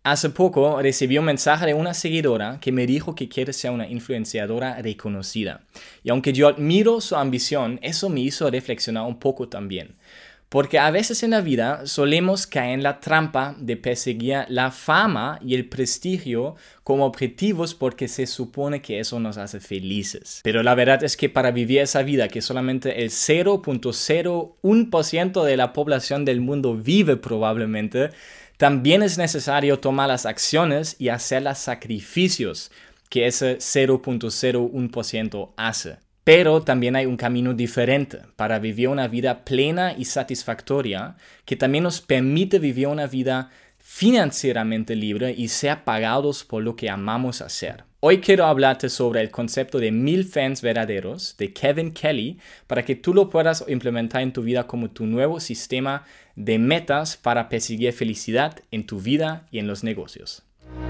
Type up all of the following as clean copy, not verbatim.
Hace poco recibí un mensaje de una seguidora que me dijo que quiere ser una influenciadora reconocida. Y aunque yo admiro su ambición, eso me hizo reflexionar un poco también. Porque a veces en la vida solemos caer en la trampa de perseguir la fama y el prestigio como objetivos porque se supone que eso nos hace felices. Pero la verdad es que para vivir esa vida que solamente el 0.01% de la población del mundo vive probablemente, también es necesario tomar las acciones y hacer los sacrificios que ese 0.01% hace. Pero también hay un camino diferente para vivir una vida plena y satisfactoria que también nos permite vivir una vida financieramente libre y ser pagados por lo que amamos hacer. Hoy quiero hablarte sobre el concepto de 1000 fans verdaderos de Kevin Kelly para que tú lo puedas implementar en tu vida como tu nuevo sistema de metas para perseguir felicidad en tu vida y en los negocios.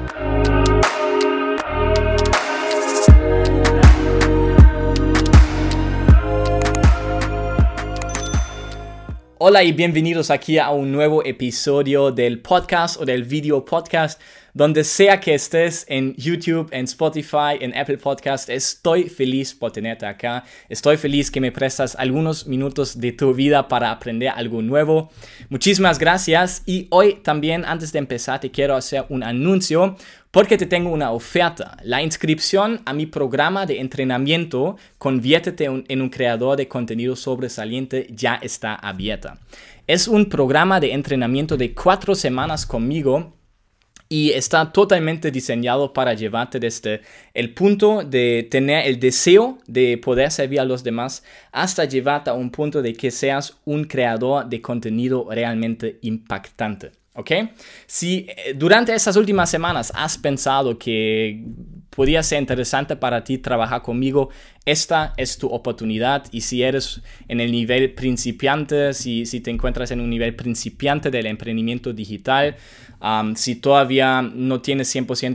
Hola y bienvenidos aquí a un nuevo episodio del podcast o del video podcast. Donde sea que estés, en YouTube, en Spotify, en Apple Podcast, estoy feliz por tenerte acá. Estoy feliz que me prestas algunos minutos de tu vida para aprender algo nuevo. Muchísimas gracias. Y hoy también, antes de empezar, te quiero hacer un anuncio porque te tengo una oferta. La inscripción a mi programa de entrenamiento Conviértete en un creador de contenido sobresaliente ya está abierta. Es un programa de entrenamiento de 4 semanas conmigo y está totalmente diseñado para llevarte desde el punto de tener el deseo de poder servir a los demás hasta llevarte a un punto de que seas un creador de contenido realmente impactante. ¿Ok? Si durante estas últimas semanas has pensado que podría ser interesante para ti trabajar conmigo, esta es tu oportunidad. Y si eres en el nivel principiante, si te encuentras en un nivel principiante del emprendimiento digital, si todavía no tienes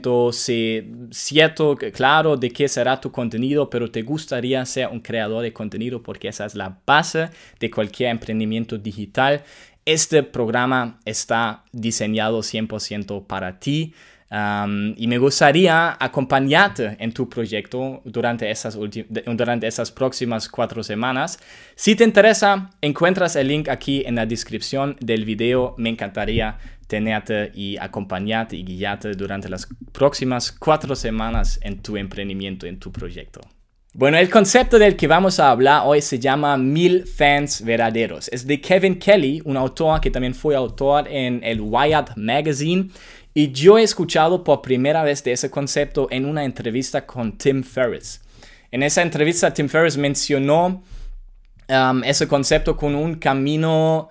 100% cierto, claro de qué será tu contenido, pero te gustaría ser un creador de contenido porque esa es la base de cualquier emprendimiento digital, este programa está diseñado 100% para ti y me gustaría acompañarte en tu proyecto durante esas próximas 4 semanas. Si te interesa, encuentras el link aquí en la descripción del video. Me encantaría tenerte y acompañarte y guiarte durante las próximas 4 semanas en tu emprendimiento, en tu proyecto. Bueno, el concepto del que vamos a hablar hoy se llama 1000 fans verdaderos. Es de Kevin Kelly, un autor que también fue autor en el Wired Magazine. Y yo he escuchado por primera vez de ese concepto en una entrevista con Tim Ferriss. En esa entrevista, Tim Ferriss mencionó ese concepto con un camino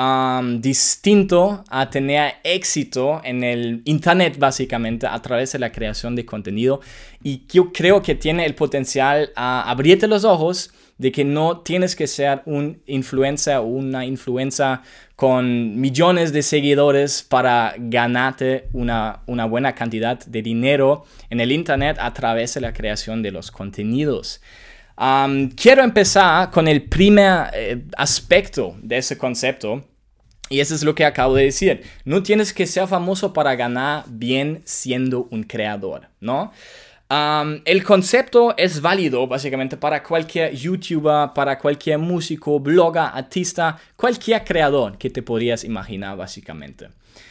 distinto a tener éxito en el internet, básicamente a través de la creación de contenido, y yo creo que tiene el potencial a abrirte los ojos de que no tienes que ser un influencer o una influencer con millones de seguidores para ganarte una buena cantidad de dinero en el internet a través de la creación de los contenidos. Quiero empezar con el primer aspecto de ese concepto, y eso es lo que acabo de decir. No tienes que ser famoso para ganar bien siendo un creador, ¿no? El concepto es válido básicamente para cualquier youtuber, para cualquier músico, blogger, artista, cualquier creador que te podrías imaginar básicamente.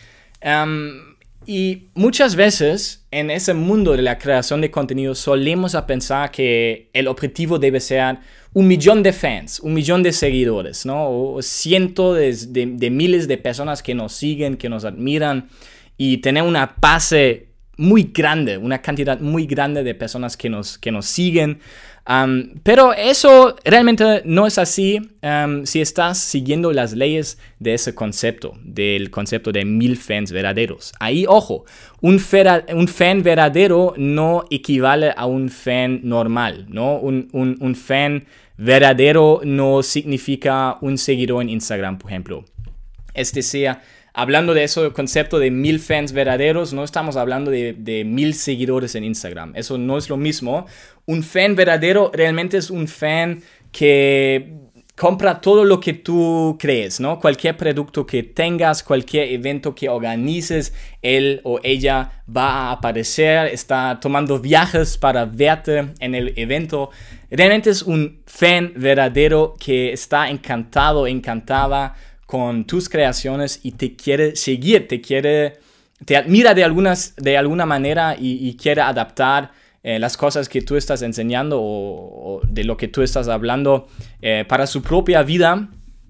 Y muchas veces en ese mundo de la creación de contenido solemos a pensar que el objetivo debe ser 1 millón de fans, 1 millón de seguidores, ¿no? O cientos de miles de personas que nos siguen, que nos admiran y tener una base muy grande, una cantidad muy grande de personas que nos siguen. Pero eso realmente no es así si estás siguiendo las leyes de ese concepto, del concepto de 1000 fans verdaderos. Ahí, ojo, un fan verdadero no equivale a un fan normal, ¿no? Un fan verdadero no significa un seguidor en Instagram, por ejemplo. Es decir, hablando de ese concepto de 1000 fans verdaderos, no estamos hablando de 1000 seguidores en Instagram. Eso no es lo mismo. Un fan verdadero realmente es un fan que compra todo lo que tú crees, ¿no? Cualquier producto que tengas, cualquier evento que organices, él o ella va a aparecer, está tomando viajes para verte en el evento. Realmente es un fan verdadero que está encantado, encantada con tus creaciones y te quiere seguir, te admira de alguna manera y quiere adaptar las cosas que tú estás enseñando o de lo que tú estás hablando para su propia vida.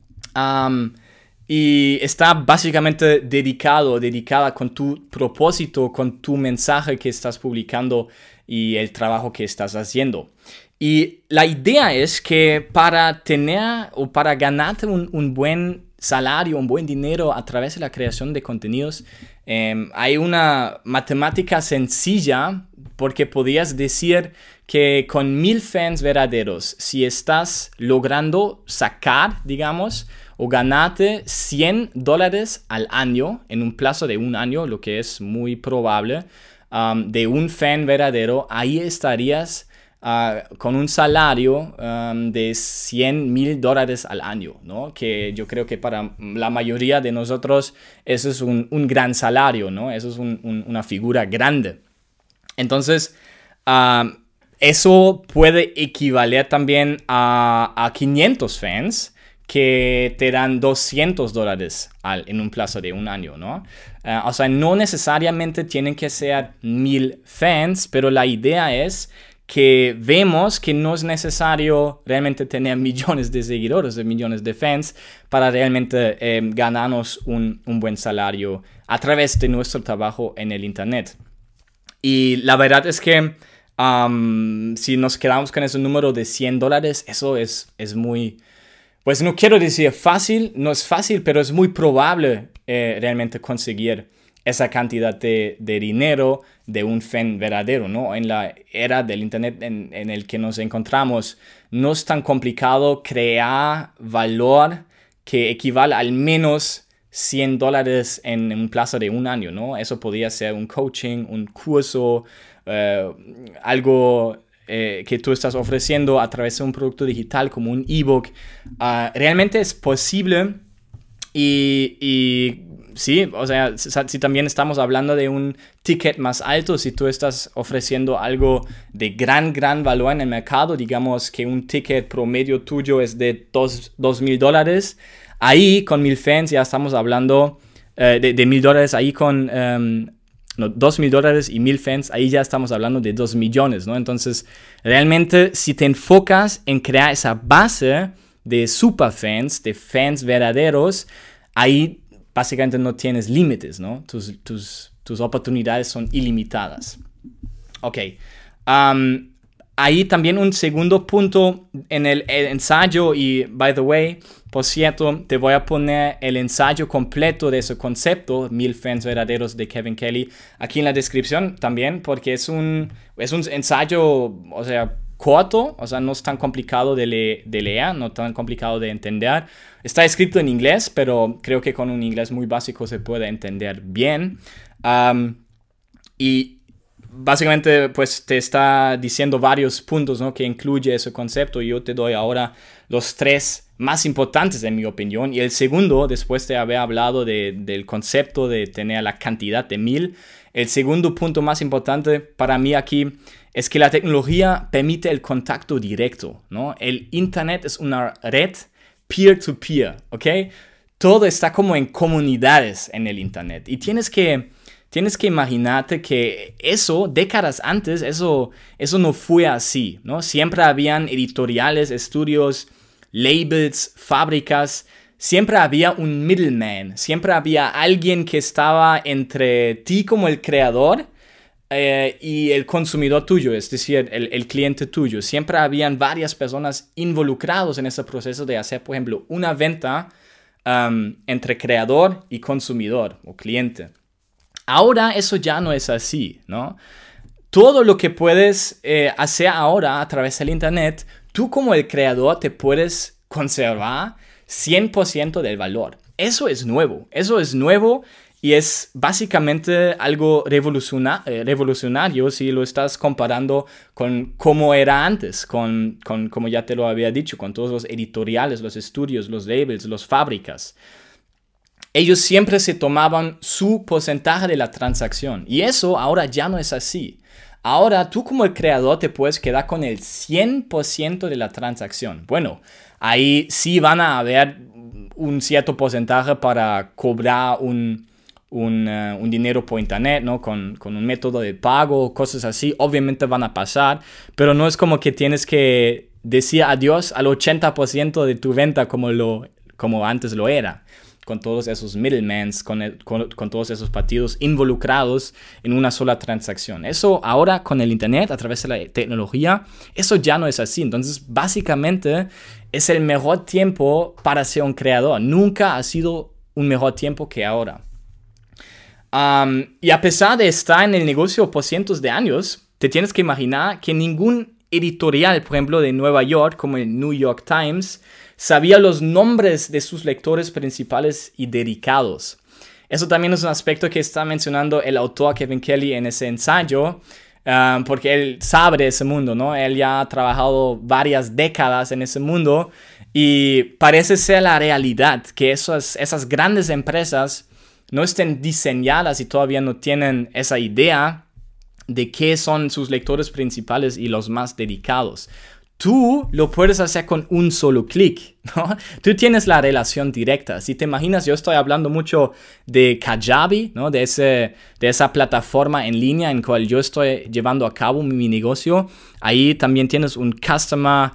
Y está básicamente dedicada con tu propósito, con tu mensaje que estás publicando y el trabajo que estás haciendo. Y la idea es que para tener o para ganarte un buen salario, un buen dinero a través de la creación de contenidos, hay una matemática sencilla, porque podrías decir que con 1000 fans verdaderos, si estás logrando sacar, digamos, o ganarte $100 al año en un plazo de un año, lo que es muy probable, de un fan verdadero, ahí estarías con un salario de $100,000 al año, ¿no? Que yo creo que para la mayoría de nosotros eso es un gran salario, ¿no? Eso es una figura grande. Entonces, eso puede equivaler también a 500 fans que te dan $200 en un plazo de un año, ¿no? O sea, no necesariamente tienen que ser 1000 fans, pero la idea es que vemos que no es necesario realmente tener millones de seguidores, de millones de fans, para realmente ganarnos un buen salario a través de nuestro trabajo en el Internet. Y la verdad es que si nos quedamos con ese número de $100, eso es muy, pues no quiero decir fácil, no es fácil, pero es muy probable realmente conseguir esa cantidad de dinero de un fan verdadero, ¿no? En la era del Internet en el que nos encontramos, no es tan complicado crear valor que equivale al menos $100 en un plazo de un año, ¿no? Eso podría ser un coaching, un curso, algo que tú estás ofreciendo a través de un producto digital como un ebook. Realmente es posible y sí, o sea, si también estamos hablando de un ticket más alto, si tú estás ofreciendo algo de gran valor en el mercado, digamos que un ticket promedio tuyo es de $2,000, ahí con 1000 fans ya estamos hablando de $1,000, ahí con $2,000 y 1000 fans, ahí ya estamos hablando de 2 millones, ¿no? Entonces, realmente, si te enfocas en crear esa base de superfans, de fans verdaderos, ahí básicamente no tienes límites, ¿no? Tus oportunidades son ilimitadas. Ok. Ahí también un segundo punto en el ensayo, y by the way, por cierto, te voy a poner el ensayo completo de ese concepto, 1000 fans verdaderos de Kevin Kelly, aquí en la descripción también, porque es un ensayo, o sea, corto, o sea, no es tan complicado de leer, no tan complicado de entender. Está escrito en inglés, pero creo que con un inglés muy básico se puede entender bien. Y básicamente, pues, te está diciendo varios puntos, ¿no?, que incluye ese concepto. Y yo te doy ahora los 3 más importantes, en mi opinión. Y el segundo, después de haber hablado del concepto de tener la cantidad de 1000, el segundo punto más importante para mí aquí es que la tecnología permite el contacto directo, ¿no? El Internet es una red peer-to-peer, ¿ok? Todo está como en comunidades en el Internet. Y tienes que imaginarte que eso, décadas antes, eso no fue así, ¿no? Siempre habían editoriales, estudios, labels, fábricas. Siempre había un middleman. Siempre había alguien que estaba entre ti como el creador y el consumidor tuyo, es decir, el cliente tuyo. Siempre habían varias personas involucradas en ese proceso de hacer, por ejemplo, una venta entre creador y consumidor o cliente. Ahora eso ya no es así, ¿no? Todo lo que puedes hacer ahora a través del Internet, tú como el creador te puedes conservar 100% del valor. Eso es nuevo Y es básicamente algo revolucionario si lo estás comparando con cómo era antes, como ya te lo había dicho, con todos los editoriales, los estudios, los labels, las fábricas. Ellos siempre se tomaban su porcentaje de la transacción. Y eso ahora ya no es así. Ahora tú como el creador te puedes quedar con el 100% de la transacción. Bueno, ahí sí van a haber un cierto porcentaje para cobrar un dinero por internet, ¿no? Con un método de pago, cosas así, obviamente van a pasar, pero no es como que tienes que decir adiós al 80% de tu venta como antes lo era, con todos esos middlemen, con todos esos partidos involucrados en una sola transacción. Eso ahora con el internet, a través de la tecnología, eso ya no es así. Entonces, básicamente, es el mejor tiempo para ser un creador. Nunca ha sido un mejor tiempo que ahora. Y a pesar de estar en el negocio por cientos de años, te tienes que imaginar que ningún editorial, por ejemplo, de Nueva York, como el New York Times, sabía los nombres de sus lectores principales y dedicados. Eso también es un aspecto que está mencionando el autor Kevin Kelly en ese ensayo, porque él sabe de ese mundo, ¿no? Él ya ha trabajado varias décadas en ese mundo y parece ser la realidad que esas grandes empresas no estén diseñadas y todavía no tienen esa idea de qué son sus lectores principales y los más dedicados. Tú lo puedes hacer con un solo clic, ¿no? Tú tienes la relación directa. Si te imaginas, yo estoy hablando mucho de Kajabi, ¿no? De esa plataforma en línea en cual yo estoy llevando a cabo mi negocio. Ahí también tienes un Customer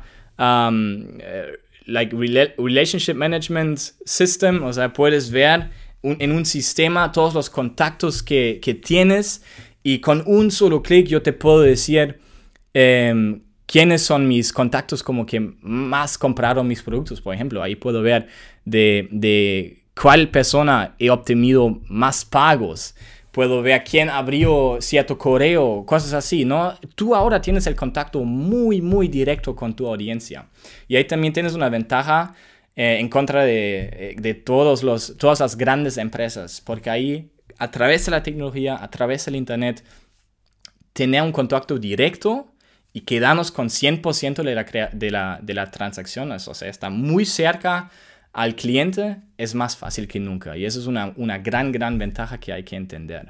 Relationship Management System. O sea, puedes ver en un sistema todos los contactos que tienes y con un solo clic yo te puedo decir quiénes son mis contactos como que más compraron mis productos, por ejemplo. Ahí puedo ver de cuál persona he obtenido más pagos. Puedo ver quién abrió cierto correo, cosas así, ¿no? Tú ahora tienes el contacto muy, muy directo con tu audiencia. Y ahí también tienes una ventaja en contra de todas las grandes empresas, porque ahí, a través de la tecnología, a través del internet, tener un contacto directo y quedarnos con 100% de la transacción, o sea, está muy cerca al cliente, es más fácil que nunca. Y eso es una gran, gran ventaja que hay que entender.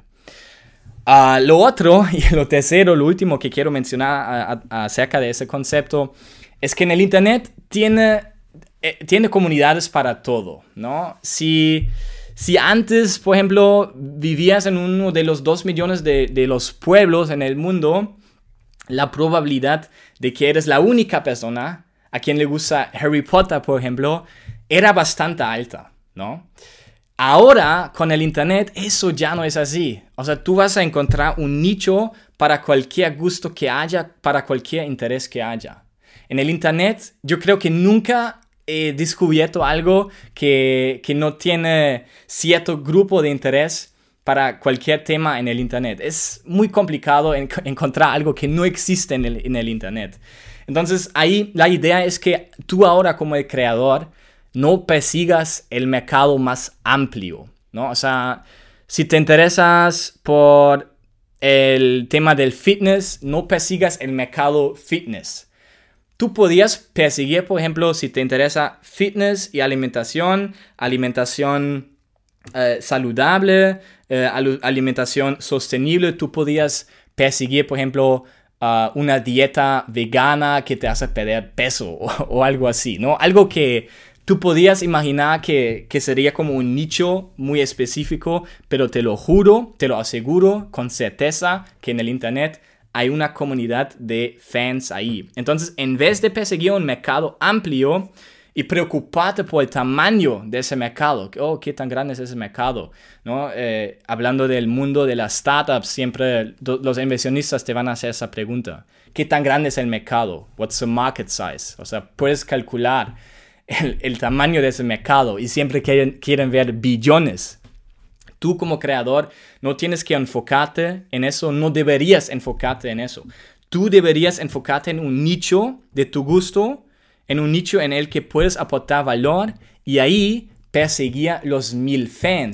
Lo otro, y lo tercero, lo último que quiero mencionar acerca de ese concepto, es que en el internet tiene comunidades para todo, ¿no? Si antes, por ejemplo, vivías en uno de los 2 millones de los pueblos en el mundo, la probabilidad de que eres la única persona a quien le gusta Harry Potter, por ejemplo, era bastante alta, ¿no? Ahora, con el internet, eso ya no es así. O sea, tú vas a encontrar un nicho para cualquier gusto que haya, para cualquier interés que haya. En el internet, yo creo que nunca he descubierto algo que no tiene cierto grupo de interés para cualquier tema en el internet. Es muy complicado encontrar algo que no existe en el internet. Entonces, ahí la idea es que tú ahora como el creador no persigas el mercado más amplio, ¿no? O sea, si te interesas por el tema del fitness, no persigas el mercado fitness. Tú podrías perseguir, por ejemplo, si te interesa fitness y alimentación saludable, alimentación sostenible, tú podrías perseguir, por ejemplo, una dieta vegana que te hace perder peso o algo así, ¿no? Algo que tú podías imaginar que sería como un nicho muy específico, pero te lo juro, te lo aseguro con certeza que en el internet hay una comunidad de fans ahí. Entonces, en vez de perseguir un mercado amplio y preocuparte por el tamaño de ese mercado, ¿qué tan grande es ese mercado? ¿No? Hablando del mundo de las startups, siempre los inversionistas te van a hacer esa pregunta. ¿Qué tan grande es el mercado? What's the market size? O sea, puedes calcular el tamaño de ese mercado y siempre quieren ver billones. Tú como creador no tienes que enfocarte en eso, no deberías enfocarte en eso. Tú deberías enfocarte en un nicho de tu gusto, en un nicho en el que puedes aportar valor y ahí perseguir los 1000 fans,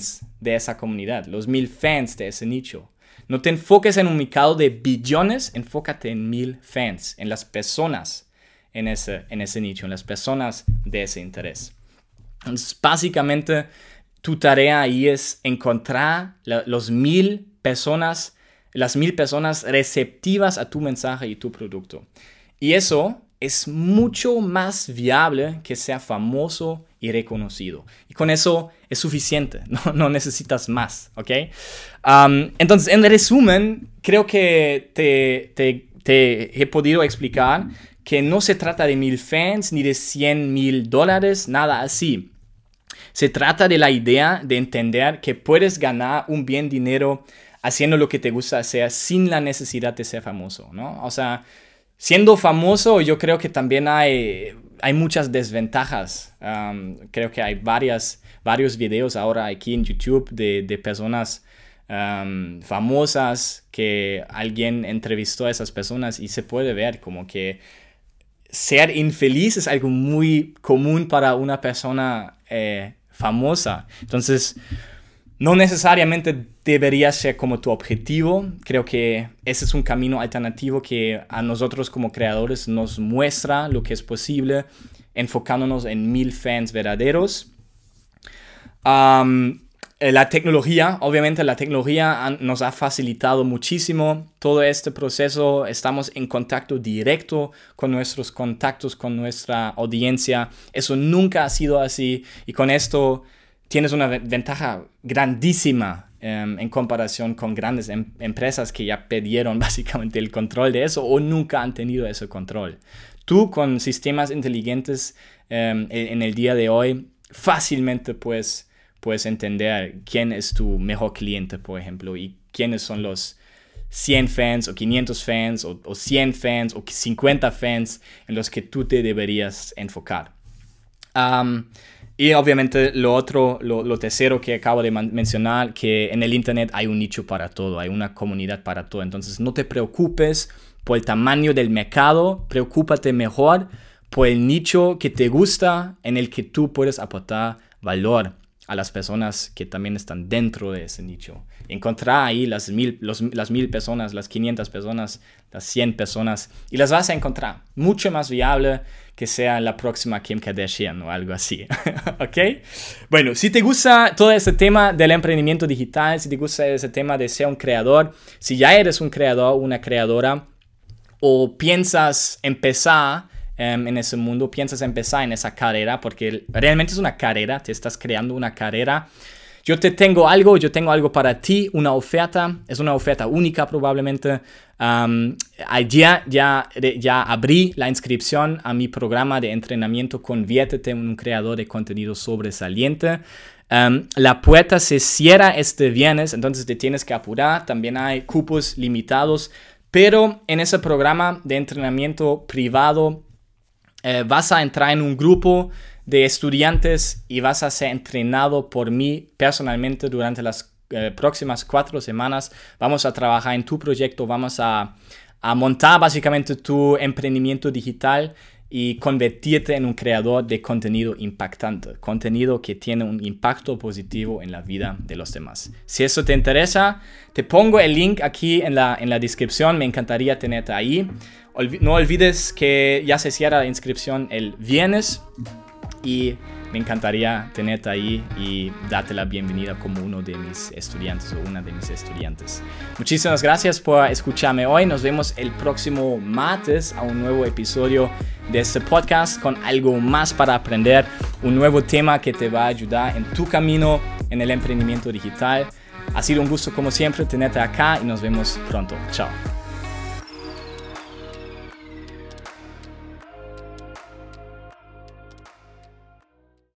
de esa comunidad, los 1000 fans de ese nicho. No te enfoques en un mercado de billones, enfócate en 1000 fans, en las personas en ese nicho, en las personas de ese interés. Entonces, básicamente, tu tarea ahí es encontrar las 1000 personas receptivas a tu mensaje y tu producto. Y eso es mucho más viable que sea famoso y reconocido. Y con eso es suficiente, no necesitas más, ¿ok? Entonces, en resumen, creo que te he podido explicar que no se trata de 1000 fans ni de $100,000, nada así. Se trata de la idea de entender que puedes ganar un bien dinero haciendo lo que te gusta hacer sin la necesidad de ser famoso, ¿no? O sea, siendo famoso, yo creo que también hay muchas desventajas. Creo que hay varios videos ahora aquí en YouTube de personas famosas que alguien entrevistó a esas personas y se puede ver como que ser infeliz es algo muy común para una persona famosa. Entonces, no necesariamente debería ser como tu objetivo. Creo que ese es un camino alternativo que a nosotros como creadores nos muestra lo que es posible, enfocándonos en 1000 fans verdaderos. La tecnología nos ha facilitado muchísimo todo este proceso. Estamos en contacto directo con nuestros contactos, con nuestra audiencia. Eso nunca ha sido así y con esto tienes una ventaja grandísima en comparación con grandes empresas que ya perdieron básicamente el control de eso o nunca han tenido ese control. Tú con sistemas inteligentes en el día de hoy fácilmente puedes entender quién es tu mejor cliente, por ejemplo, y quiénes son los 100 fans o 500 fans o 100 fans o 50 fans en los que tú te deberías enfocar. Y obviamente lo tercero que acabo de mencionar, que en el internet hay un nicho para todo, hay una comunidad para todo. Entonces no te preocupes por el tamaño del mercado, preocúpate mejor por el nicho que te gusta, en el que tú puedes aportar valor a las personas que también están dentro de ese nicho. Encontrar ahí las 1000 personas, las 500 personas, las 100 personas, y las vas a encontrar. Mucho más viable que sea la próxima Kim Kardashian o algo así. ¿Ok? Bueno, si te gusta todo ese tema del emprendimiento digital, si te gusta ese tema de ser un creador, si ya eres un creador o una creadora, o piensas empezar en ese mundo, piensas empezar en esa carrera, porque realmente es una carrera, te estás creando una carrera. Yo tengo algo para ti, una oferta, es una oferta única probablemente. Ayer ya abrí la inscripción a mi programa de entrenamiento Conviértete en un creador de contenido sobresaliente. La puerta se cierra este viernes, entonces te tienes que apurar, también hay cupos limitados, pero en ese programa de entrenamiento privado vas a entrar en un grupo de estudiantes y vas a ser entrenado por mí personalmente durante las próximas 4 semanas. Vamos a trabajar en tu proyecto, vamos a montar básicamente tu emprendimiento digital y convertirte en un creador de contenido impactante, contenido que tiene un impacto positivo en la vida de los demás. Si eso te interesa, te pongo el link aquí en la descripción, me encantaría tenerte ahí. No olvides que ya se cierra la inscripción el viernes y me encantaría tenerte ahí y darte la bienvenida como uno de mis estudiantes o una de mis estudiantes. Muchísimas gracias por escucharme hoy. Nos vemos el próximo martes a un nuevo episodio de este podcast con algo más para aprender, un nuevo tema que te va a ayudar en tu camino en el emprendimiento digital. Ha sido un gusto como siempre tenerte acá y nos vemos pronto. Chao.